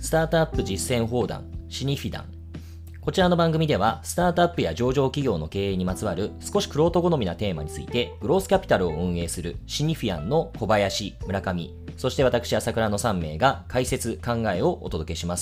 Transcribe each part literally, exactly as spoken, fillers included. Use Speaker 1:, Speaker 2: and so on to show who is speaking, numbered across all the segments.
Speaker 1: スタートアップ実践砲弾シニフィダン。こちらの番組ではスタートアップや上場企業の経営にまつわる少し玄人好みなテーマについてグロースキャピタルを運営するシニフィアンの小林、村上、そして私朝倉のさん名が解説考えをお届けします。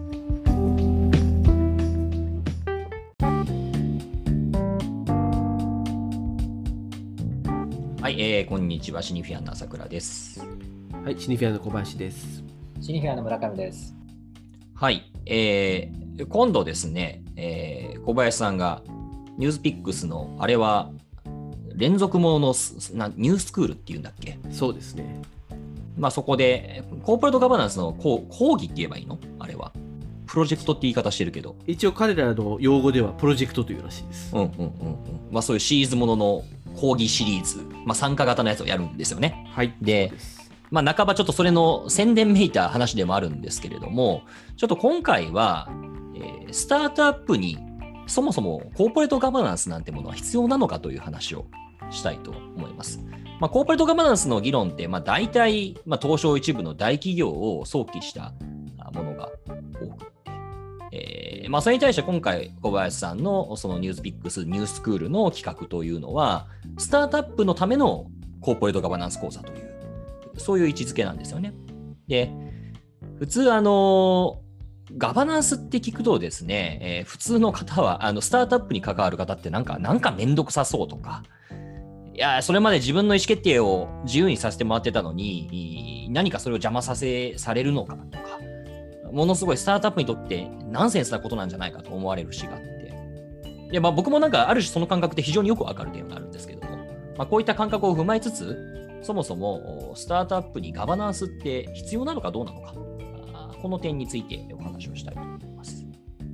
Speaker 1: はい、えー、こんにちは。シニフィアンの朝倉です。
Speaker 2: はい、シニフィアンの小林です。
Speaker 3: シニフィアンの村上です。
Speaker 1: はい、えー、今度ですね、えー、小林さんがニュースピックスのあれは連続もののなニュースクールっていうんだっけ？
Speaker 2: そうですね。
Speaker 1: まあそこでコーポレートガバナンスの講義って言えばいいの？あれはプロジェクトって言い方してるけど、
Speaker 2: 一応彼らの用語ではプロジェクトというらしいです。
Speaker 1: うんうんうんうん。まあそういうシリーズものの講義シリーズ、まあ参加型のやつをやるんですよね。
Speaker 2: はい。
Speaker 1: で、まあ半ばちょっとそれの宣伝めいた話でもあるんですけれども、ちょっと今回は、えー、スタートアップにそもそもコーポレートガバナンスなんてものは必要なのかという話をしたいと思います。まあ、コーポレートガバナンスの議論って、まあ、大体、まあ、東証一部の大企業を想起したものが多くて、えーまあ、それに対して今回小林さんのそのニュースピックスニュースクールの企画というのはスタートアップのためのコーポレートガバナンス講座というそういう位置づけなんですよね。で、普通あのガバナンスって聞くとですね、えー、普通の方はあのスタートアップに関わる方ってなんかなんかめんどくさそうとか、いやそれまで自分の意思決定を自由にさせてもらってたのに何かそれを邪魔させされるのかとか、ものすごいスタートアップにとってナンセンスなことなんじゃないかと思われる節があって、で、まあ、僕もなんかある種その感覚って非常によくわかる点があるんですけども、まあ、こういった感覚を踏まえつつ、そもそもスタートアップにガバナンスって必要なのかどうなのか、この点についてお話をしたいと思います。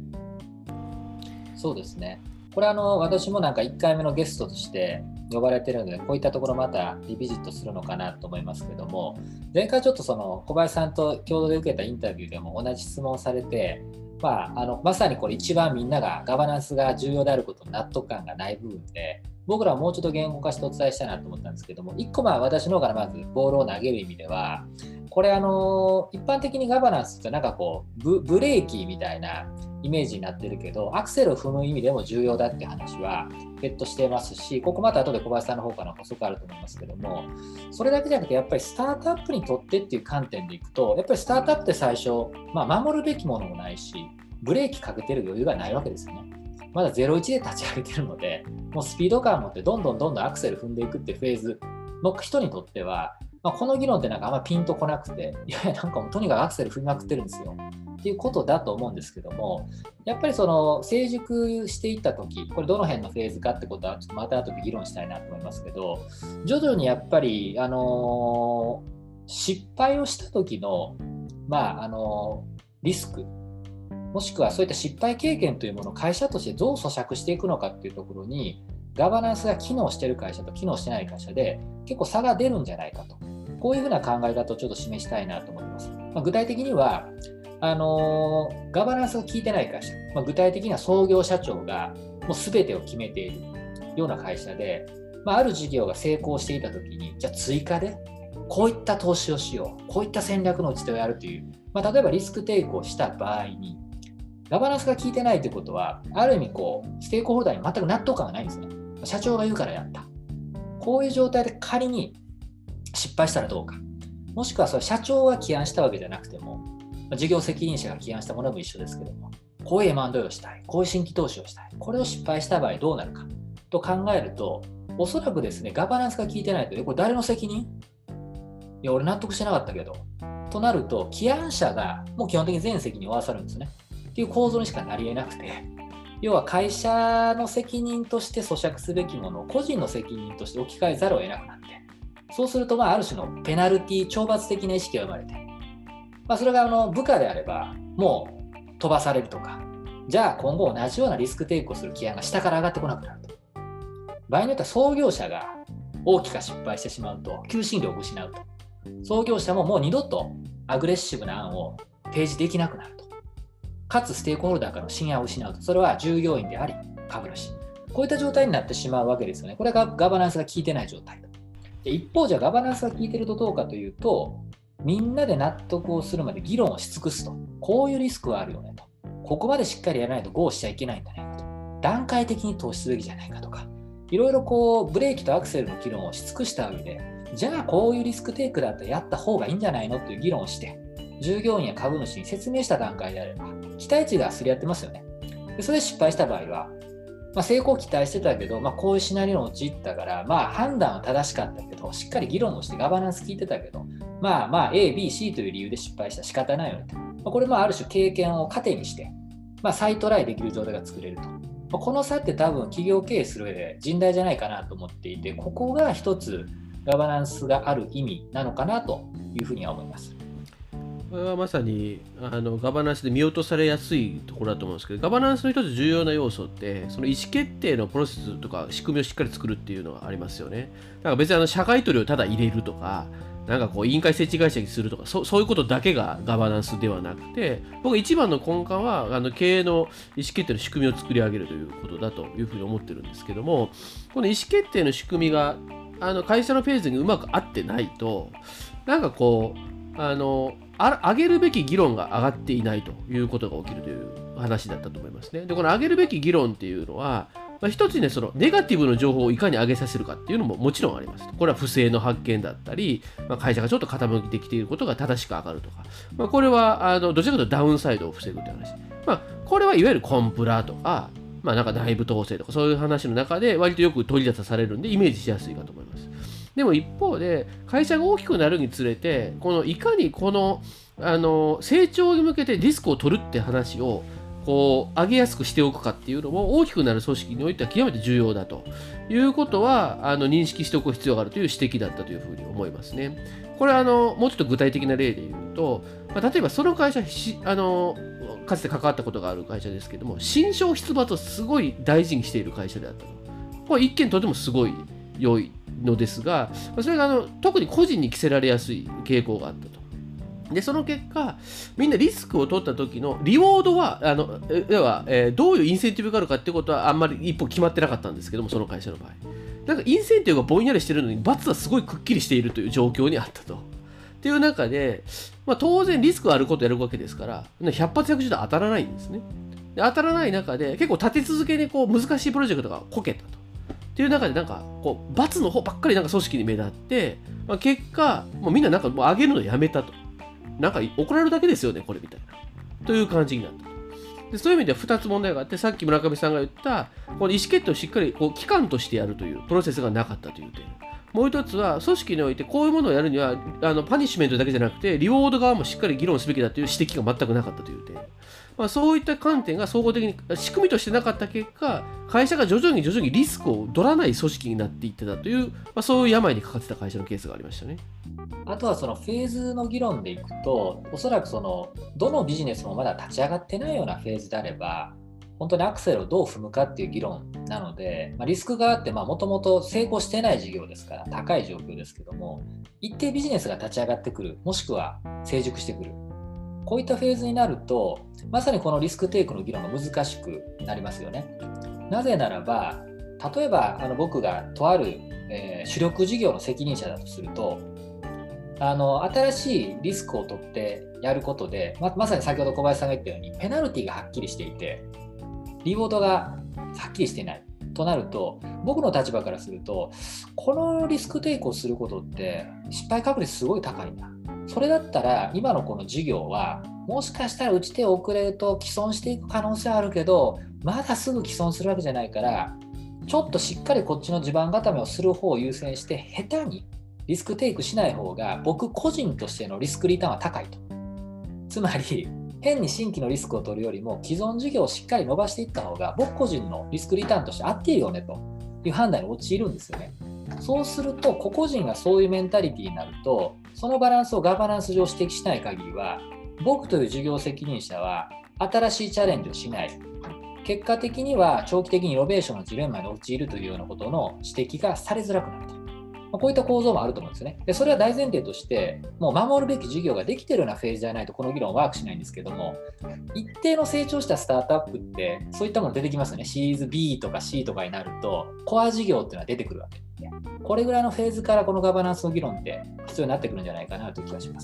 Speaker 3: そうですね。これあの私もなんかいっかいめのゲストとして呼ばれてるので、こういったところまたリビジットするのかなと思いますけども、前回ちょっとその小林さんと共同で受けたインタビューでも同じ質問をされて、まあ、あのまさにこれ一番みんながガバナンスが重要であることに納得感がない部分で、僕らはもうちょっと言語化してお伝えしたいなと思ったんですけども、いっこまあ私の方からまずボールを投げる意味では、これあの一般的にガバナンスってなんかこう ブ, ブレーキみたいなイメージになってるけど、アクセルを踏む意味でも重要だって話は別途していますし、ここまた後で小林さんの方から補足あると思いますけども、それだけじゃなくてやっぱりスタートアップにとってっていう観点でいくと、やっぱりスタートアップって最初、まあ、守るべきものもないし、ブレーキかけてる余裕がないわけですよね。まだゼロイチで立ち上げてるので、もうスピード感を持ってどんどんどんどんアクセル踏んでいくってフェーズの人にとっては、まあ、この議論ってなんかあんまピンとこなくて、いやいやなんかもうとにかくアクセル踏みまくってるんですよっていうことだと思うんですけども、やっぱりその成熟していった時、これどの辺のフェーズかってことはちょっとまた後で議論したいなと思いますけど、徐々にやっぱり、あのー、失敗をした時の、まああのー、リスク、もしくはそういった失敗経験というものを会社としてどう咀嚼していくのかっていうところに、ガバナンスが機能している会社と機能してない会社で結構差が出るんじゃないかと、こういうふうな考え方をちょっと示したいなと思います。まあ、具体的にはあのー、ガバナンスが効いてない会社、まあ、具体的には創業社長がもう全てを決めているような会社で、まあ、ある事業が成功していたときに、じゃあ追加でこういった投資をしよう、こういった戦略の打ち手をやるという、まあ、例えばリスクテイクをした場合に、ガバナンスが効いてないということは、ある意味こうステークホルダーに全く納得感がないんですね。社長が言うからやった。こういう状態で仮に失敗したらどうか。もしくはそれ社長が起案したわけじゃなくても、事業責任者が起案したものも一緒ですけども、こういう エムアンドエー をしたい、こういう新規投資をしたい、これを失敗した場合どうなるかと考えると、おそらくですね、ガバナンスが効いてないと、これ誰の責任？いや、俺納得してなかったけど。となると、起案者がもう基本的に全責任を負わされるんですね。っていう構造にしかなり得なくて、要は会社の責任として咀嚼すべきものを個人の責任として置き換えざるを得なくなって、そうするとまあある種のペナルティ、懲罰的な意識が生まれて、まあ、それがあの部下であればもう飛ばされるとか、じゃあ今後同じようなリスクテイクをする起案が下から上がってこなくなると。場合によっては創業者が大きく失敗してしまうと求心力を失うと。創業者ももう二度とアグレッシブな案を提示できなくなると。かつステークホルダーからの信頼を失うと。それは従業員であり株主、こういった状態になってしまうわけですよね。これがガバナンスが効いてない状態。で一方、じゃあガバナンスが効いているとどうかというと、 みんなで納得をするまで議論をし尽くすと。こういうリスクはあるよねと。ここまでしっかりやらないとゴーしちゃいけないんだねと。段階的に投資すべきじゃないかとか、いろいろこうブレーキとアクセルの議論をし尽くした上で、じゃあこういうリスクテイクだったらやった方がいいんじゃないのっていう議論をして、従業員や株主に説明した段階であれば、期待値がすり合ってますよね。でそれで失敗した場合は、まあ、成功を期待してたけど、まあ、こういうシナリオに陥ったから、まあ、判断は正しかったけど、しっかり議論をしてガバナンス聞いてたけど、まあまあ A、B、C という理由で失敗したら仕方ないよねと。まあ、これもある種経験を糧にして、まあ、再トライできる状態が作れると。まあ、この差って多分企業経営する上で甚大じゃないかなと思っていて、ここが一つガバナンスがある意味なのかなというふうには思います。
Speaker 2: これはまさにあのガバナンスで見落とされやすいところだと思うんですけど、ガバナンスの一つ重要な要素ってその意思決定のプロセスとか仕組みをしっかり作るっていうのがありますよね。だから別にあの社外取りをただ入れるとか、なんかこう委員会設置会社にするとか、そそういうことだけがガバナンスではなくて、僕一番の根幹はあの経営の意思決定の仕組みを作り上げるということだというふうに思ってるんですけども、この意思決定の仕組みがあの会社のペースにうまく合ってないと、なんかこうあのあ上げるべき議論が上がっていないということが起きるという話だったと思いますね。でこの上げるべき議論っていうのは、まあ、一つね、そのネガティブの情報をいかに上げさせるかっていうのももちろんあります。これは不正の発見だったり、まあ、会社がちょっと傾いてきていることが正しく上がるとか、まあ、これはあのどちらかというとダウンサイドを防ぐという話、まあ、これはいわゆるコンプラとか、まあ、なんか内部統制とかそういう話の中で割とよく取り出されるんでイメージしやすいかと思います。でも一方で会社が大きくなるにつれて、このいかにこのあの成長に向けてリスクを取るって話をこう上げやすくしておくかっていうのも大きくなる組織においては極めて重要だということはあの認識しておく必要があるという指摘だったというふうに思いますね。これはあのもうちょっと具体的な例で言うと、まあ、例えばその会社あのかつて関わったことがある会社ですけども、新商出馬とすごい大事にしている会社であったと。これ一見とてもすごい良いのですが、それがあの特に個人に着せられやすい傾向があったと。でその結果、みんなリスクを取った時のリウォードはあの要は、えー、どういうインセンティブがあるかってことはあんまり一歩決まってなかったんですけども、その会社の場合なんかインセンティブがぼんやりしてるのに罰はすごいくっきりしているという状況にあったと。っていう中で、まあ、当然リスクがあることをやるわけですからひゃく発ひゃく中当たらないんですね。で当たらない中で結構立て続けにこう難しいプロジェクトがこけたと。っていう中でなんかこう罰の方ばっかりなんか組織に目立って、まあ、結果もうみんななんかもう上げるのやめたと。なんか怒られるだけですよねこれみたいなという感じになったと。でそういう意味ではふたつ問題があって、さっき村上さんが言ったこの意思決定をしっかりこう機関としてやるというプロセスがなかったという点、もう一つは組織においてこういうものをやるにはあのパニッシュメントだけじゃなくてリウォード側もしっかり議論すべきだという指摘が全くなかったという点、まあ、そういった観点が総合的に仕組みとしてなかった結果、会社が徐々に徐々にリスクを取らない組織になっていってたという、まあ、そういう病にかかってた会社のケースがありましたね。
Speaker 3: あとはそのフェーズの議論でいくと、おそらくそのどのビジネスもまだ立ち上がってないようなフェーズであれば、本当にアクセルをどう踏むかっていう議論なので、まあ、リスクがあってもともと成功してない事業ですから高い状況ですけども、一定ビジネスが立ち上がってくる、もしくは成熟してくる、こういったフェーズになるとまさにこのリスクテイクの議論が難しくなりますよね。なぜならば、例えばあの僕がとある、えー、主力事業の責任者だとすると、あの新しいリスクを取ってやることで ま, まさに先ほど小林さんが言ったようにペナルティがはっきりしていてリウォードがはっきりしていないとなると、僕の立場からするとこのリスクテイクをすることって失敗確率すごい高いな。それだったら今のこの事業はもしかしたら打ち手遅れると既存していく可能性はあるけど、まだすぐ既存するわけじゃないから、ちょっとしっかりこっちの地盤固めをする方を優先して下手にリスクテイクしない方が僕個人としてのリスクリターンは高いと。つまり変に新規のリスクを取るよりも既存事業をしっかり伸ばしていった方が僕個人のリスクリターンとして合っているよねという判断に陥るんですよね。そうすると個々人がそういうメンタリティになると、そのバランスをガバナンス上指摘しない限りは僕という事業責任者は新しいチャレンジをしない、結果的には長期的にイノベーションのジレンマに陥るというようなことの指摘がされづらくなると。こういった構造もあると思うんですよね。でそれは大前提としてもう守るべき事業ができているようなフェーズじゃないとこの議論はワークしないんですけども、一定の成長したスタートアップってそういったもの出てきますよね。シリーズ ビー とか シー とかになるとコア事業っていうのは出てくるわけね。これぐらいのフェーズからこのガバナンスの議論って必要になってくるんじゃないかなという気がします。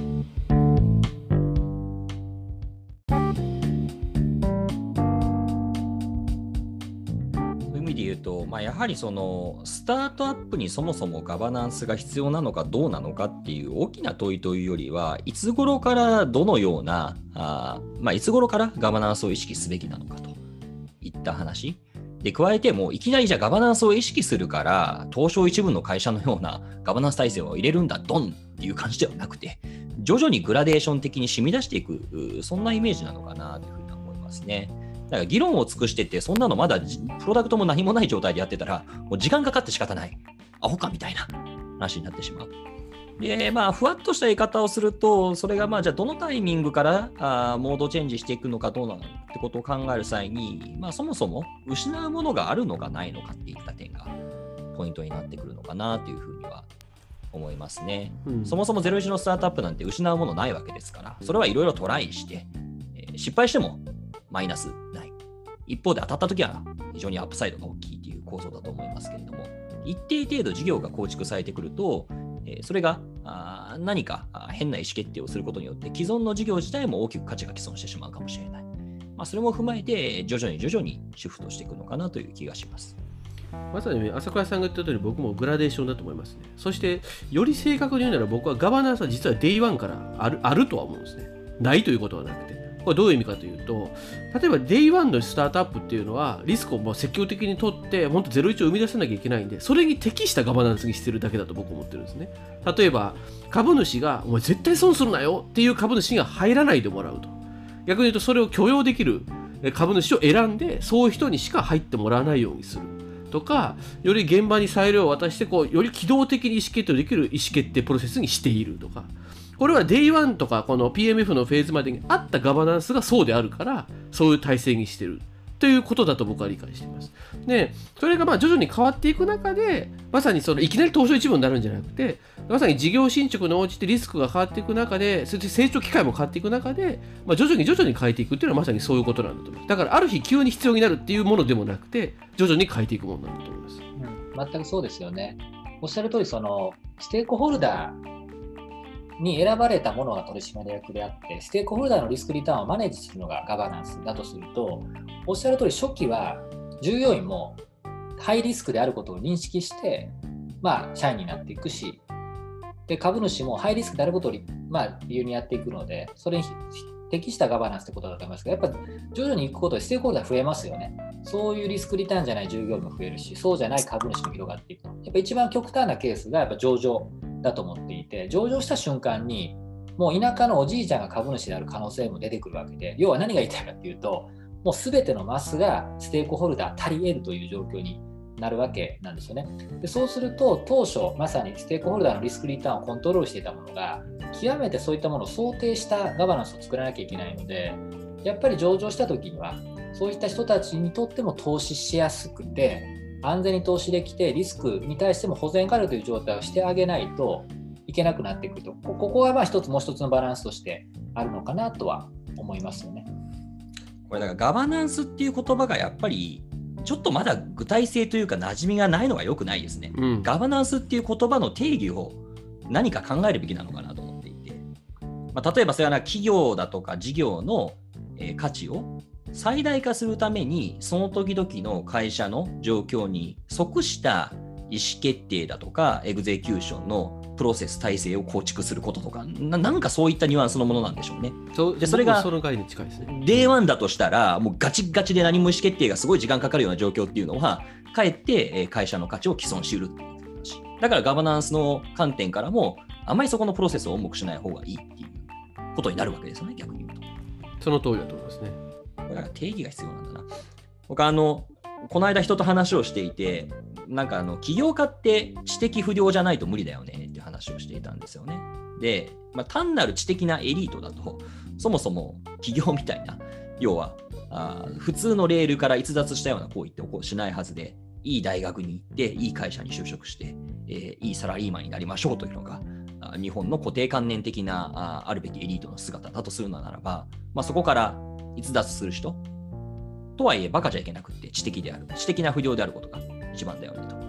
Speaker 1: とまあ、やはりそのスタートアップにそもそもガバナンスが必要なのかどうなのかっていう大きな問いというよりはいつ頃からどのようなあ、まあ、いつ頃からガバナンスを意識すべきなのかといった話で、加えてもういきなりじゃあガバナンスを意識するから東証一部の会社のようなガバナンス体制を入れるんだドンっていう感じではなくて、徐々にグラデーション的に染み出していく、そんなイメージなのかなというふうに思いますね。だから議論を尽くしてて、そんなのまだプロダクトも何もない状態でやってたら、もう時間かかって仕方ない。アホかみたいな話になってしまう。で、まあ、ふわっとした言い方をすると、それがまあ、じゃあどのタイミングからあモードチェンジしていくのかどうなのってことを考える際に、まあ、そもそも失うものがあるのかないのかっていった点がポイントになってくるのかなというふうには思いますね。うん、そもそもゼロイチのスタートアップなんて失うものないわけですから、それはいろいろトライして、えー、失敗してもマイナスない。一方で当たったときは非常にアップサイドが大きいという構造だと思いますけれども、一定程度事業が構築されてくると、えー、それがあ何か変な意思決定をすることによって既存の事業自体も大きく価値が毀損してしまうかもしれない。まあ、それも踏まえて徐々に徐々にシフトしていくのかなという気がします。
Speaker 2: まさに朝倉さんが言った通り僕もグラデーションだと思いますね。そしてより正確に言うなら僕はガバナンスは実はデイワンからある、あるとは思うんですね。ないということはなくて、これどういう意味かというと、例えばデイワンのスタートアップっていうのはリスクをもう積極的に取って本当ゼロイチを生み出さなきゃいけないんで、それに適したガバナンスにしてるだけだと僕は思ってるんですね。例えば株主がお前絶対損するなよっていう株主が入らないでもらうと、逆に言うとそれを許容できる株主を選んでそういう人にしか入ってもらわないようにするとか、より現場に裁量を渡してこうより機動的に意思決定できる意思決定プロセスにしているとか、これはデイワンとかこの ピーエムエフ のフェーズまでにあったガバナンスがそうであるからそういう体制にしてるということだと僕は理解しています。で、それがまあ徐々に変わっていく中で、まさにそのいきなり東証一部になるんじゃなくて、まさに事業進捗に応じてリスクが変わっていく中で、そして成長機会も変わっていく中で、まあ、徐々に徐々に変えていくっていうのはまさにそういうことなんだと思います。だからある日急に必要になるっていうものでもなくて、徐々に変えていくものなんだと思います。
Speaker 3: うん、全くそうですよね。おっしゃる通り、そのステークホルダーに選ばれたものが取締役であって、ステークホルダーのリスクリターンをマネージするのがガバナンスだとすると、おっしゃる通り初期は従業員もハイリスクであることを認識して、まあ、社員になっていくし、で株主もハイリスクであることを、まあ、理由にやっていくので、それに適したガバナンスってことだと思いますけど、やっぱ徐々にいくことでステークホルダー増えますよね。そういうリスクリターンじゃない従業員も増えるし、そうじゃない株主も広がっていく。やっぱ一番極端なケースがやっぱ上場だと思っていて、上場した瞬間にもう田舎のおじいちゃんが株主である可能性も出てくるわけで、要は何が言いたいかというと、もう全てのマスがステークホルダー足り得るという状況になるわけなんですよね。でそうすると当初まさにステークホルダーのリスクリターンをコントロールしていたものが極めてそういったものを想定したガバナンスを作らなきゃいけないので、やっぱり上場した時にはそういった人たちにとっても投資しやすくて安全に投資できてリスクに対しても保全があるという状態をしてあげないといけなくなってくると、ここがまあ一つもう一つのバランスとしてあるのかなとは思いますよね。
Speaker 1: これだからガバナンスっていう言葉がやっぱりちょっとまだ具体性というか馴染みがないのが良くないですね、うん、ガバナンスっていう言葉の定義を何か考えるべきなのかなと思っていて、まあ、例えばそれは企業だとか事業の、えー、価値を最大化するためにその時々の会社の状況に即した意思決定だとかエグゼキューションのプロセス体制を構築することとか な, なんかそういったニュアンスのものなんでしょうね。
Speaker 2: そでそれがその概念に近いですね。
Speaker 1: デイワンだとしたらもうガチガチで何も意思決定がすごい時間かかるような状況っていうのはかえって会社の価値を毀損しうるっていう話だから、ガバナンスの観点からもあまりそこのプロセスを重くしない方がいいっていうことになるわけですよね。逆に言うと
Speaker 2: その通りだと思いますね。
Speaker 1: だから定義が必要なんだな。僕あのこの間人と話をしていて、なんかあの起業家って知的不良じゃないと無理だよねっていう話をしていたんですよね。で、まあ、単なる知的なエリートだとそもそも起業みたいな、要はあ普通のレールから逸脱したような行為って起こしないはずで、いい大学に行っていい会社に就職して、えー、いいサラリーマンになりましょうというのが日本の固定観念的な あ, あるべきエリートの姿だとするのならば、まあ、そこから逸脱する人とはいえバカじゃいけなくて知的である、知的な不良であることが一番だよねと。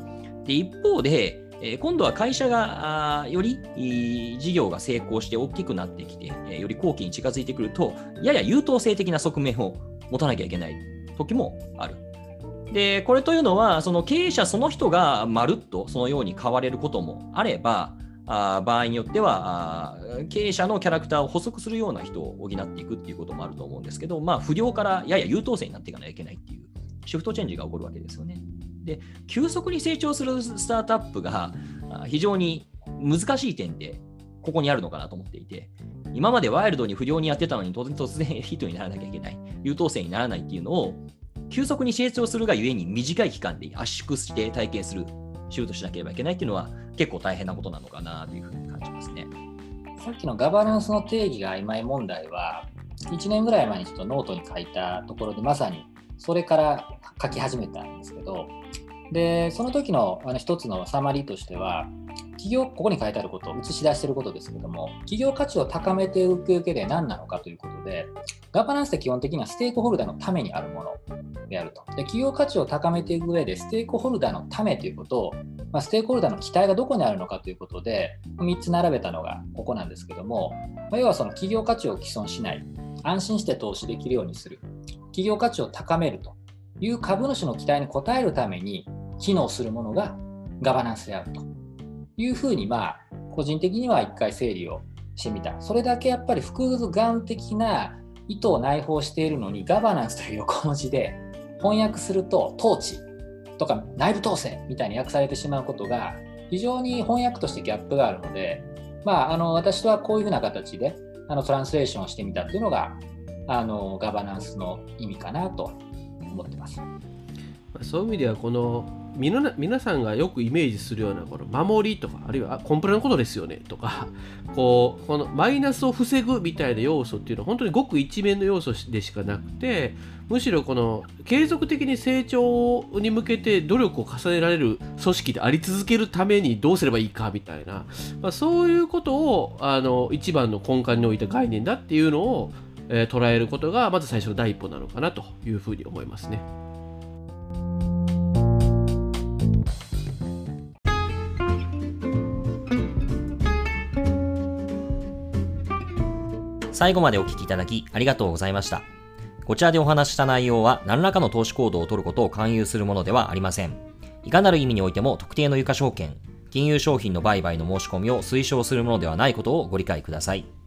Speaker 1: で、一方で、えー今度は会社があーよりいい事業が成功して大きくなってきて、えーより後期に近づいてくると、やや優等生的な側面を持たなきゃいけない時もある。で、これというのは、その経営者その人がまるっとそのように変われることもあれば、あ場合によってはあ経営者のキャラクターを補足するような人を補っていくっていうこともあると思うんですけど、まあ、不良からやや優等生になっていかなきゃいけないっていうシフトチェンジが起こるわけですよね。で、急速に成長するスタートアップがあ非常に難しい点でここにあるのかなと思っていて、今までワイルドに不良にやってたのに突然突然ヒットにならなきゃいけない、優等生にならないっていうのを急速に成長するがゆえに短い期間で圧縮して体験するシフトしなければいけないっていうのは結構大変なことなのかなというふうに感じますね。
Speaker 3: さっきのガバナンスの定義が曖昧問題はいちねんぐらい前にちょっとノートに書いたところでまさにそれから書き始めたんですけど、でその時のあの一つのサマリーとしては、企業ここに書いてあることを映し出していることですけども、企業価値を高めていく上で何なのかということで、ガバナンスって基本的にはステークホルダーのためにあるものであると。で企業価値を高めていく上でステークホルダーのためということを、まあ、ステークホルダーの期待がどこにあるのかということでみっつ並べたのがここなんですけども、まあ、要はその企業価値を毀損しない、安心して投資できるようにする、企業価値を高めるという株主の期待に応えるために機能するものがガバナンスであるというふうに、まあ個人的には一回整理をしてみた。それだけやっぱり複眼的な意図を内包しているのに、ガバナンスという横文字で翻訳すると統治とか内部統制みたいに訳されてしまうことが非常に翻訳としてギャップがあるので、まあ、あの私はこういうふうな形であのトランスレーションをしてみたっていうのがあのガバナンスの意味かなと思ってます。
Speaker 2: そういう意味ではこのみな皆さんがよくイメージするようなこの守りとか、あるいはあコンプラのことですよねとか、こうこのマイナスを防ぐみたいな要素っていうのは本当にごく一面の要素でしかなくて、むしろこの継続的に成長に向けて努力を重ねられる組織であり続けるためにどうすればいいかみたいな、まあ、そういうことをあの一番の根幹に置いた概念だっていうのを、えー、捉えることがまず最初の第一歩なのかなというふうに思いますね。
Speaker 1: 最後までお聞きいただきありがとうございました。こちらでお話しした内容は何らかの投資行動を取ることを勧誘するものではありません。いかなる意味においても特定の有価証券、金融商品の売買の申し込みを推奨するものではないことをご理解ください。